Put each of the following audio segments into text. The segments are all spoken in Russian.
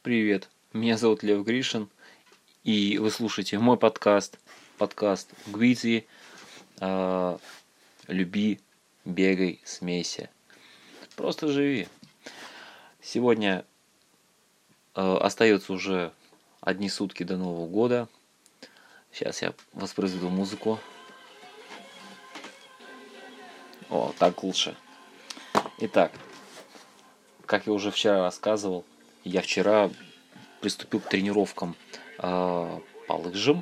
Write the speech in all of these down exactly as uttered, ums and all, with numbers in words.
Привет, меня зовут Лев Гришин, и вы слушаете мой подкаст, подкаст Гвизи, э, люби, бегай, смейся, просто живи. Сегодня э, остается уже одни сутки до Нового года. Сейчас я воспроизведу музыку. О, так лучше. Итак, как я уже вчера рассказывал, я вчера приступил к тренировкам э, по лыжам.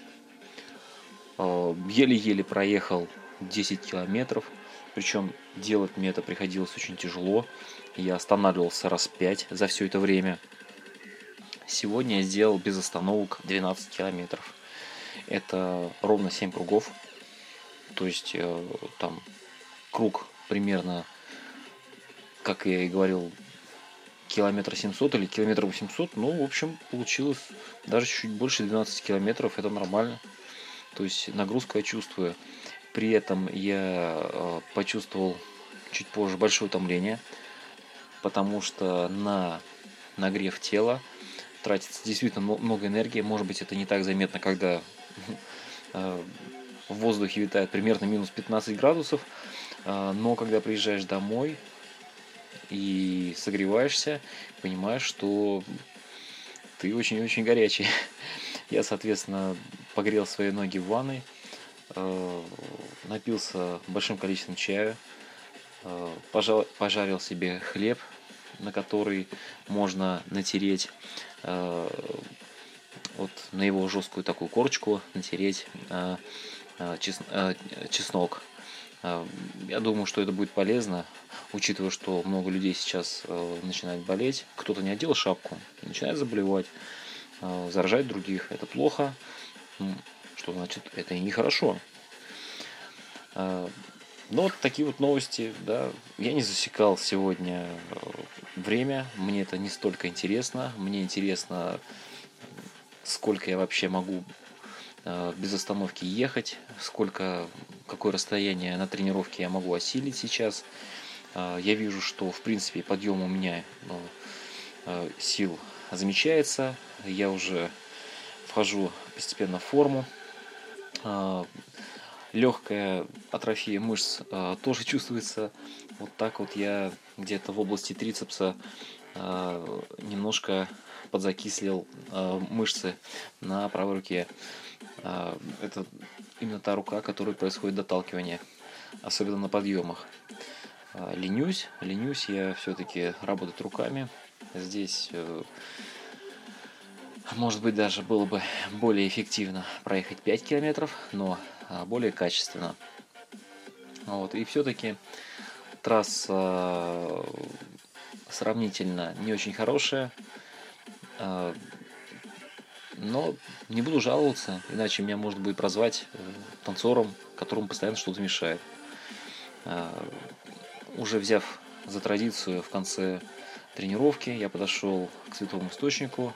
Э, еле-еле проехал десять километров. Причем делать мне это приходилось очень тяжело. Я останавливался раз пять за все это время. Сегодня я сделал без остановок двенадцать километров. Это ровно семь кругов. То есть э, там круг примерно, как я и говорил, километр семьсот или километр восемьсот. Ну, в общем, получилось даже чуть больше двенадцати километров. Это нормально. То есть нагрузку я чувствую. При этом я э, почувствовал чуть позже большое утомление, потому что на нагрев тела тратится действительно много энергии. Может быть, это не так заметно, когда э, в воздухе витает примерно минус пятнадцать градусов, э, но когда приезжаешь домой и согреваешься, понимаешь, что ты очень-очень горячий. Я, соответственно, погрел свои ноги в ванной, э, напился большим количеством чая, э, пожал, пожарил себе хлеб, на который можно натереть, э, вот на его жесткую такую корочку, натереть э, э, чес, э, чеснок. Э, я думаю, что это будет полезно, учитывая, что много людей сейчас э, начинает болеть. Кто-то не одел шапку, начинает заболевать, э, заражать других. Это плохо. Что значит, это и нехорошо. Но вот такие вот новости, да. Я не засекал сегодня время. Мне это не столько интересно. Мне интересно, сколько я вообще могу без остановки ехать, сколько, какое расстояние на тренировке я могу осилить сейчас. Я вижу, что в принципе подъем у меня сил замечается. Я уже вхожу постепенно в форму. Легкая атрофия мышц э, тоже чувствуется. Вот так вот я где-то в области трицепса э, немножко подзакислил э, мышцы на правой руке. Э, это именно та рука, которой происходит доталкивание, особенно на подъемах. Э, ленюсь, ленюсь я все-таки работать руками. Здесь, э, может быть, даже было бы более эффективно проехать пять километров, но более качественно. Вот. И все-таки трасса сравнительно не очень хорошая, но не буду жаловаться, иначе меня может быть прозвать танцором, которому постоянно что-то мешает. Уже взяв за традицию в конце тренировки, я подошел к святому источнику,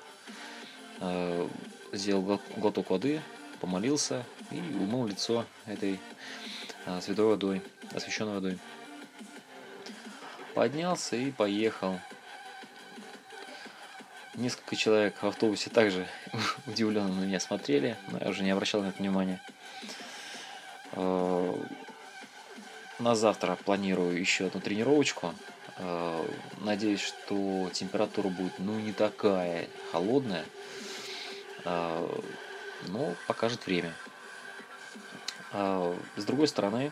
сделал глоток воды, помолился и умыл лицо этой святой водой, освященной водой. Поднялся и поехал. Несколько человек в автобусе также удивленно на меня смотрели, но я уже не обращал на это внимания. На завтра планирую еще одну тренировочку. Надеюсь, что температура будет ну не такая холодная, но покажет время. С другой стороны,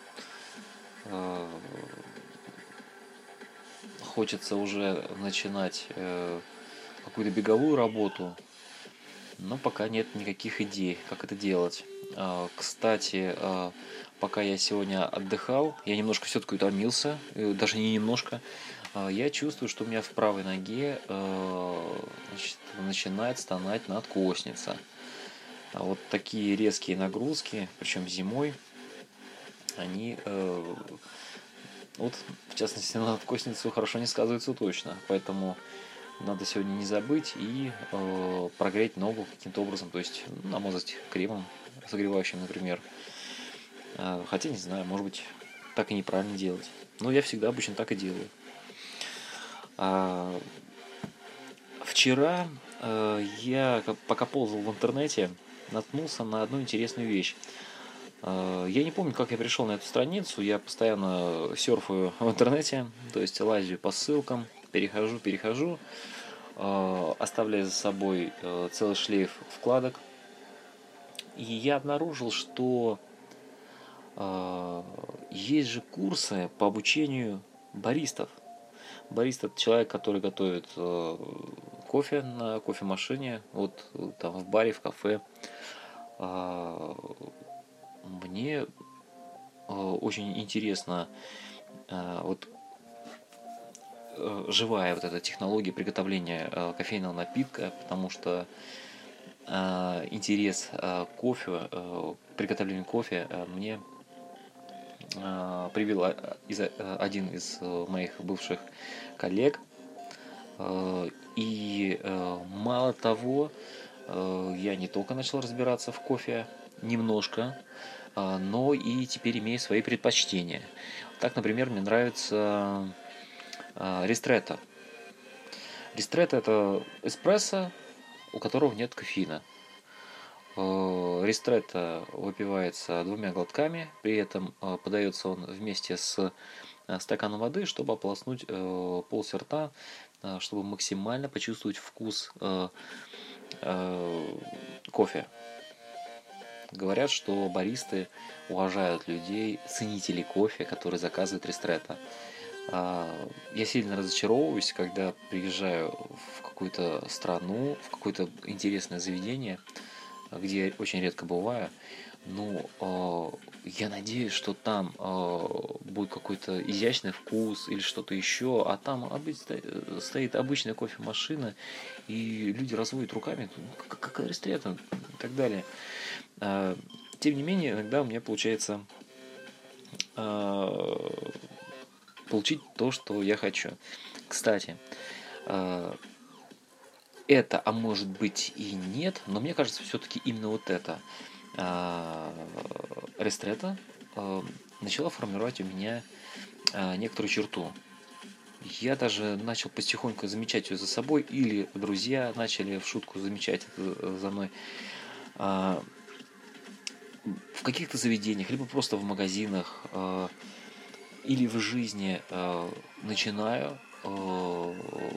хочется уже начинать какую-то беговую работу, но пока нет никаких идей, как это делать. Кстати, пока я сегодня отдыхал, я немножко все-таки утомился, даже не немножко. Я чувствую, что у меня в правой ноге значит, начинает стонать надкостница. Вот такие резкие нагрузки, причем зимой, они, э, вот, в частности, на надкостницу хорошо не сказываются точно. Поэтому надо сегодня не забыть и э, прогреть ногу каким-то образом, то есть намазать кремом согревающим, например. Э, хотя, не знаю, может быть, так и неправильно делать. Но я всегда обычно так и делаю. А Вчера э, я, как- пока ползал в интернете, наткнулся на одну интересную вещь. Э, Я не помню, как я пришел на эту страницу. Я постоянно серфаю в интернете, то есть лазю по ссылкам, перехожу, перехожу, э, оставляя за собой э, целый шлейф вкладок. И я обнаружил, что э, есть же курсы по обучению баристов. Бариста — это человек, который готовит э, кофе на кофемашине, вот э, там в баре, в кафе. А, Мне э, очень интересно э, вот э, живая вот эта технология приготовления э, кофейного напитка, потому что э, интерес э, к кофе, э, приготовлению кофе э, мне э, привел э, из, э, один из э, моих бывших коллег. Э, И э, мало того, э, я не только начал разбираться в кофе немножко, а, но и теперь имею свои предпочтения. Так, например, мне нравится а, ристретто. Ристретто — это эспрессо, у которого нет кофеина. Э, Ристретто выпивается двумя глотками, при этом э, подается он вместе с э, стаканом воды, чтобы ополоснуть э, полся рта, э, чтобы максимально почувствовать вкус э, э, кофе. Говорят, что баристы уважают людей, ценителей кофе, которые заказывают ристретто. А, Я сильно разочаровываюсь, когда приезжаю в какую-то страну, в какое-то интересное заведение, где я очень редко бываю. Ну, э, я надеюсь, что там э, будет какой-то изящный вкус или что-то еще, а там обычно стоит обычная кофемашина, и люди разводят руками, «Ну, как- какая ристретто» и так далее. А, Тем не менее, иногда у меня получается э, получить то, что я хочу. Кстати, э, это, а может быть и нет, но мне кажется, все-таки именно вот это э, ристретто э, начала формировать у меня э, некоторую черту. Я даже начал потихоньку замечать ее за собой, или друзья начали в шутку замечать это за мной. А, В каких-то заведениях, либо просто в магазинах, э, или в жизни э, начинаю э,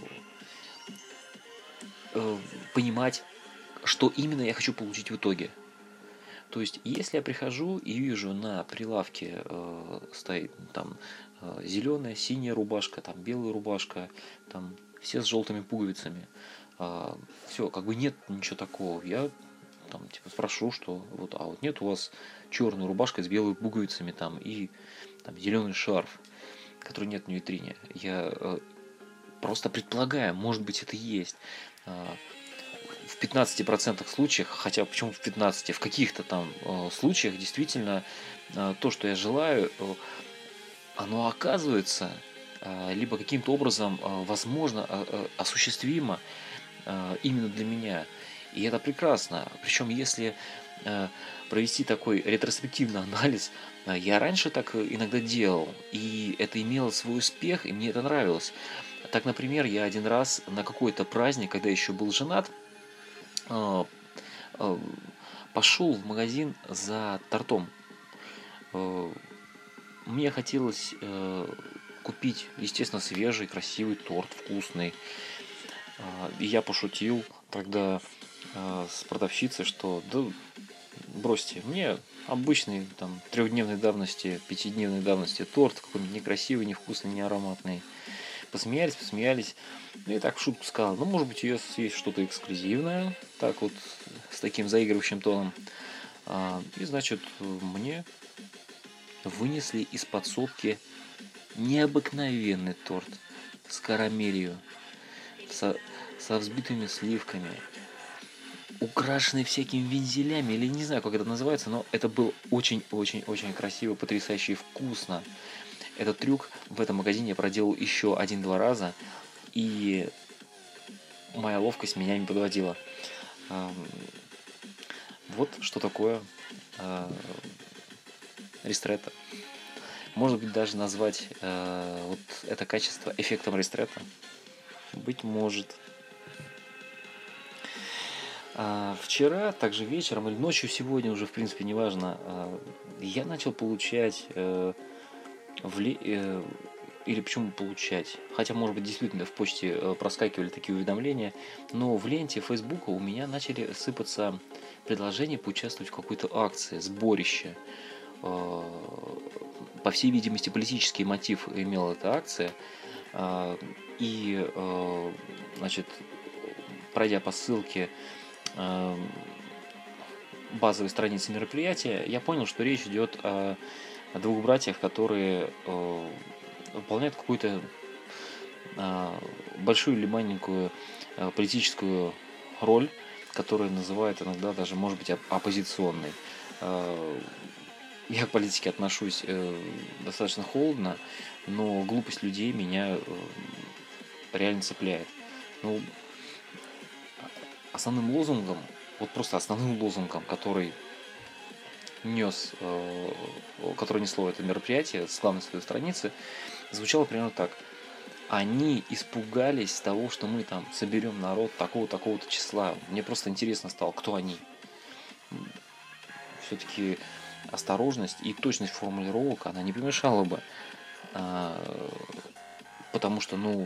э, понимать, что именно я хочу получить в итоге. То есть, если я прихожу и вижу на прилавке э, стоит там э, зеленая, синяя рубашка, там белая рубашка, там все с желтыми пуговицами, э, все, как бы нет ничего такого. Я там типа спрошу, что вот, а вот нет у вас черной рубашкой с белыми пуговицами там и там зеленый шарф, который нет на витрине. Я э, просто предполагаю, может быть, это есть. А, В пятнадцати процентах случаях, хотя почему в пятнадцати, в каких-то там э, случаях действительно э, то, что я желаю, э, оно оказывается э, либо каким-то образом э, возможно, э, э, осуществимо э, именно для меня. И это прекрасно. Причем, если э, провести такой ретроспективный анализ, э, я раньше так иногда делал, и это имело свой успех, и мне это нравилось. Так, например, я один раз на какой-то праздник, когда еще был женат, э, э, пошел в магазин за тортом. Э, Мне хотелось э, купить, естественно, свежий, красивый торт, вкусный. А, И я пошутил тогда э, с продавщицей, что да бросьте, мне обычный там трехдневной давности, пятидневной давности торт, какой-нибудь некрасивый, невкусный, не ароматный. Посмеялись, посмеялись. Ну и так в шутку сказал, ну, может быть, у ее есть что-то эксклюзивное, так вот, с таким заигрывающим тоном. А, И, значит, мне вынесли из подсобки необыкновенный торт с карамелью, со, со взбитыми сливками, украшенный всякими вензелями, или не знаю, как это называется, но это было очень-очень-очень красиво, потрясающе и вкусно. Этот трюк в этом магазине я проделал еще один-два раза, и моя ловкость меня не подводила. Ам, Вот что такое э, ристретто. Может быть, даже назвать э, вот это качество эффектом ристретто. Быть может. А вчера, также вечером или ночью сегодня, уже в принципе неважно, а, я начал получать э, в ле- э, или почему получать, хотя может быть действительно в почте э, проскакивали такие уведомления, но в ленте Фейсбука у меня начали сыпаться предложения поучаствовать в какой-то акции, сборище. Э, По всей видимости, политический мотив имела эта акция. А, И, э, значит, пройдя по ссылке э, базовой страницы мероприятия, я понял, что речь идет о, о двух братьях, которые э, выполняют какую-то э, большую или маленькую э, политическую роль, которую называют иногда даже, может быть, оп- оппозиционной. Э, я к политике отношусь э, достаточно холодно, но глупость людей меня э, реально цепляет. Ну, основным лозунгом, вот просто основным лозунгом, который нес, э, который несло это мероприятие с главной своей страницы, звучало примерно так. Они испугались того, что мы там соберем народ такого-такого-то числа. Мне просто интересно стало, кто они. Все-таки осторожность и точность формулировок, она не помешала бы. А, потому что, ну,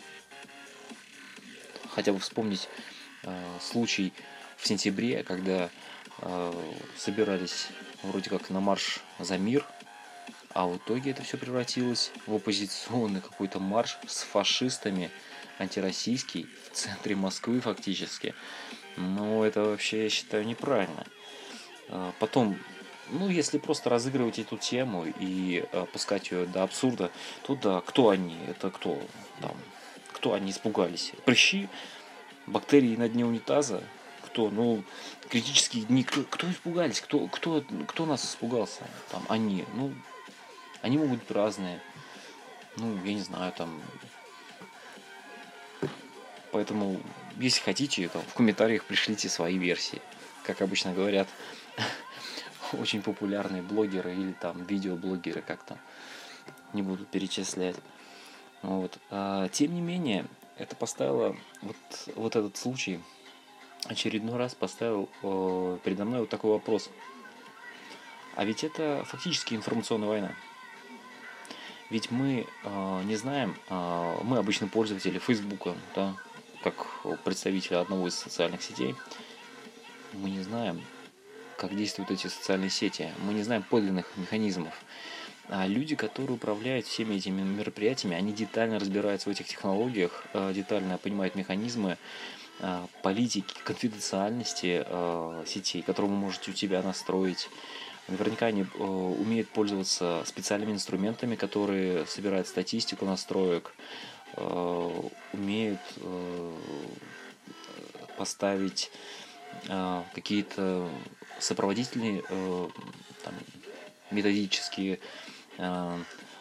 хотя бы вспомнить э, случай в сентябре, когда э, собирались вроде как на марш за мир, а в итоге это все превратилось в оппозиционный какой-то марш с фашистами, антироссийский, в центре Москвы фактически. Но это вообще, я считаю, неправильно. А потом, ну, если просто разыгрывать эту тему и опускать ее до абсурда, то да, кто они? Это кто там? Кто они испугались? Прыщи? Бактерии на дне унитаза? Кто? Ну, критические дни. Кто, кто испугались? Кто, кто, кто нас испугался? Там они. Ну, они могут быть разные. Ну, я не знаю, там. Поэтому, если хотите, там, в комментариях пришлите свои версии. Как обычно говорят очень популярные блогеры или там видеоблогеры как-то. Не буду перечислять. Вот. А, тем не менее, это поставило вот, вот этот случай очередной раз поставил э, передо мной вот такой вопрос. А ведь это фактически информационная война. Ведь мы э, не знаем, э, мы обычно пользователи Фейсбука, да, как представители одного из социальных сетей, мы не знаем, как действуют эти социальные сети, мы не знаем подлинных механизмов. А люди, которые управляют всеми этими мероприятиями, они детально разбираются в этих технологиях, э, детально понимают механизмы э, политики, конфиденциальности э, сетей, которые вы можете у себя настроить. Наверняка они э, умеют пользоваться специальными инструментами, которые собирают статистику настроек, э, умеют э, поставить э, какие-то сопроводительные э, там, методические э,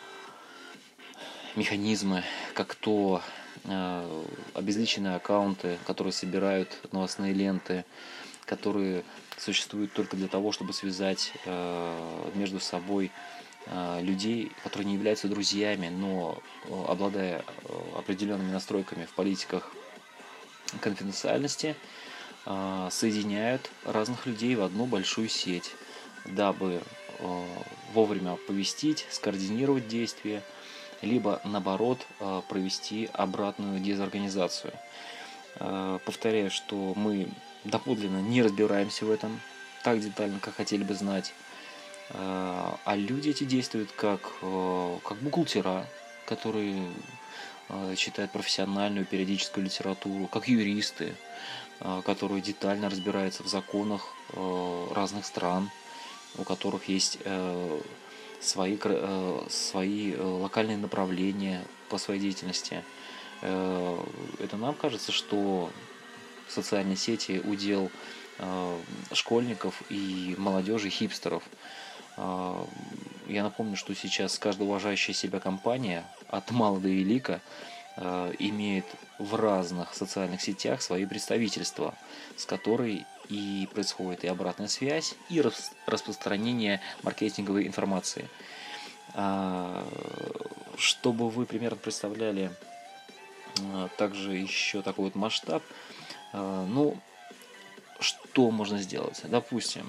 механизмы, как то э, обезличенные аккаунты, которые собирают новостные ленты, которые существуют только для того, чтобы связать э, между собой э, людей, которые не являются друзьями, но э, обладая э, определенными настройками в политиках конфиденциальности, э, соединяют разных людей в одну большую сеть, дабы э, вовремя оповестить, скоординировать действия, либо наоборот э, провести обратную дезорганизацию. Э, Повторяю, что мы доподлинно не разбираемся в этом так детально, как хотели бы знать. Э, А люди эти действуют как, э, как бухгалтера, которые э, читают профессиональную периодическую литературу, как юристы, э, которые детально разбираются в законах э, разных стран, у которых есть э, свои, э, свои э, локальные направления по своей деятельности. Э, Это нам кажется, что социальные сети удел э, школьников и молодежи, хипстеров. Э, Я напомню, что сейчас каждая уважающая себя компания, от мала до велика, э, имеет в разных социальных сетях свои представительства, с которой и происходит и обратная связь, и рас- распространение маркетинговой информации. А, Чтобы вы примерно представляли а, также еще такой вот масштаб, а, ну, что можно сделать? Допустим,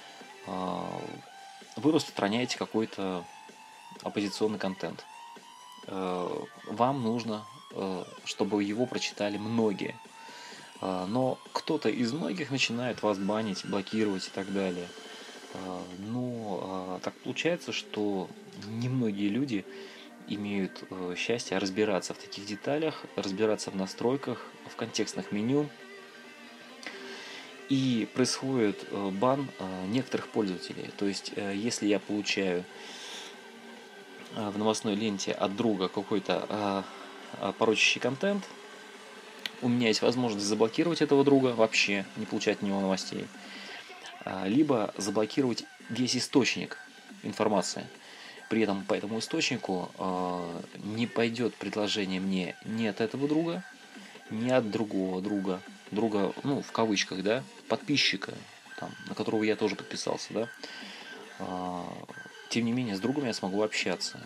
вы распространяете какой-то оппозиционный контент. Вам нужно, чтобы его прочитали многие. Но кто-то из многих начинает вас банить, блокировать и так далее. Но так получается, что немногие люди имеют счастье разбираться в таких деталях, разбираться в настройках, в контекстных меню. И происходит бан некоторых пользователей. То есть, если я получаю в новостной ленте от друга какой-то порочащий контент, у меня есть возможность заблокировать этого друга, вообще не получать от него новостей, либо заблокировать весь источник информации. При этом по этому источнику не пойдет предложение мне ни от этого друга, ни от другого друга, друга, ну, в кавычках, да, подписчика, там, на которого я тоже подписался, да. Тем не менее, с другом я смогу общаться.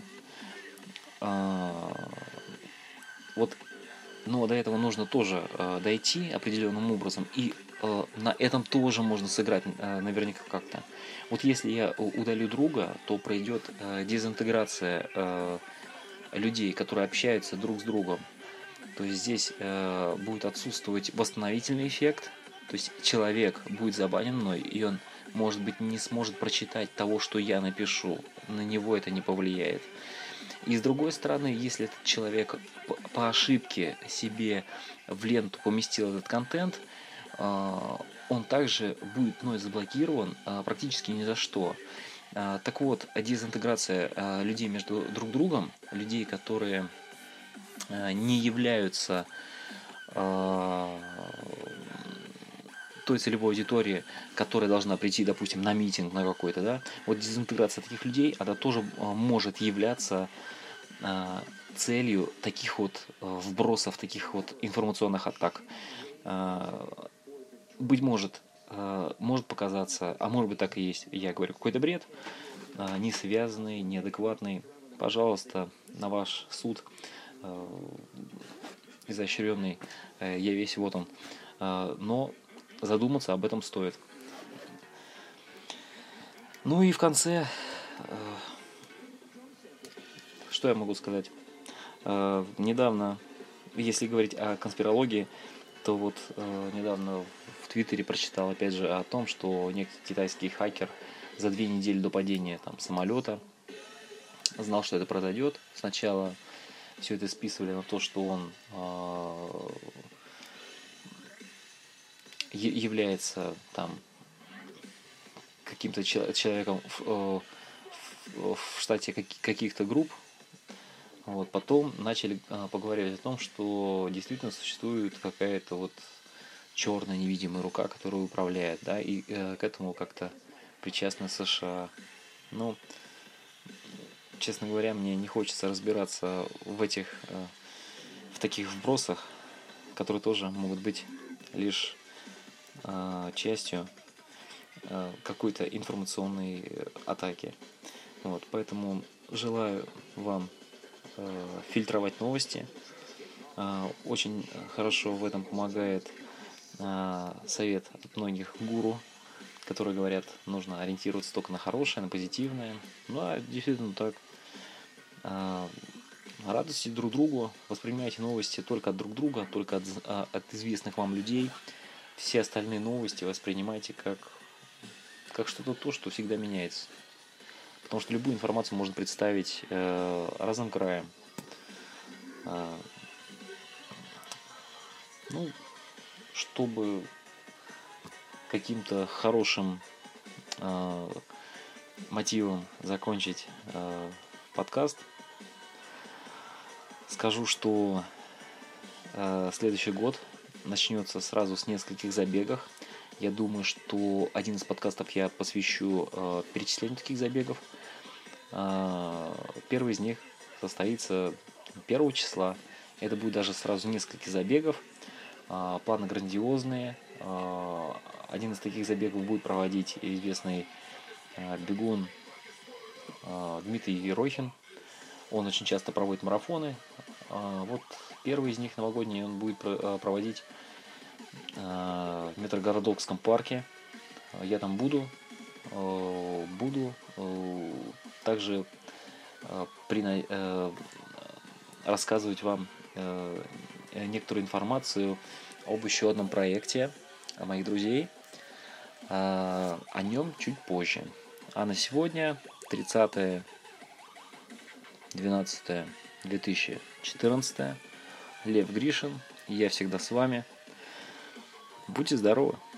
Вот, но до этого нужно тоже дойти определенным образом, и на этом тоже можно сыграть наверняка как-то. Вот если я удалю друга, то пройдет дезинтеграция людей, которые общаются друг с другом. То есть здесь будет отсутствовать восстановительный эффект. То есть человек будет забанен мной, и он, может быть, не сможет прочитать того, что я напишу. На него это не повлияет. И с другой стороны, если этот человек по ошибке себе в ленту поместил этот контент, он также будет мной заблокирован практически ни за что. Так вот, дезинтеграция людей между друг другом, людей, которые не являются той целевой аудитории, которая должна прийти, допустим, на митинг на какой-то, да, вот дезинтеграция таких людей, она тоже может являться целью таких вот вбросов, таких вот информационных атак. Быть может, может показаться, а может быть так и есть, я говорю, какой-то бред, не связанный, неадекватный. Пожалуйста, на ваш суд, изощренный, я весь вот он. Но задуматься об этом стоит. Ну и в конце, что я могу сказать? Недавно, если говорить о конспирологии, то вот недавно в Твиттере прочитал опять же о том, что некий китайский хакер за две недели до падения там самолета знал, что это произойдет. Сначала все это списывали на то, что он является там каким-то человеком в, в штате каких-то групп. Вот, потом начали поговаривать о том, что действительно существует какая-то вот черная невидимая рука, которая управляет, да, и э, к этому как-то причастны США. Ну, честно говоря, мне не хочется разбираться в этих, э, в таких вбросах, которые тоже могут быть лишь э, частью э, какой-то информационной атаки. Вот, поэтому желаю вам э, фильтровать новости. Э, очень хорошо в этом помогает э, совет от многих гуру, которые говорят, нужно ориентироваться только на хорошее, на позитивное. Ну, а действительно так. Э, радуйте друг другу, воспринимайте новости только от друг друга, только от, от известных вам людей. Все остальные новости воспринимайте как, как что-то то, что всегда меняется. Потому что любую информацию можно представить э, разным краем. Э, ну, чтобы каким-то хорошим э, мотивом закончить э, подкаст, скажу, что э, следующий год начнется сразу с нескольких забегов. Я думаю, что один из подкастов я посвящу э, перечислению таких забегов. Э, первый из них состоится первого числа. Это будет даже сразу несколько забегов. Э, планы грандиозные. Э, один из таких забегов будет проводить известный э, бегун э, Дмитрий Ерохин. Он очень часто проводит марафоны. Э, вот первый из них новогодний он будет проводить в Метрогородокском парке. Я там буду. Буду также при, рассказывать вам некоторую информацию об еще одном проекте моих друзей. О нем чуть позже. А на сегодня тридцатое двенадцатое две тысячи четырнадцатое. Лев Гришин. Я всегда с вами. Будьте здоровы!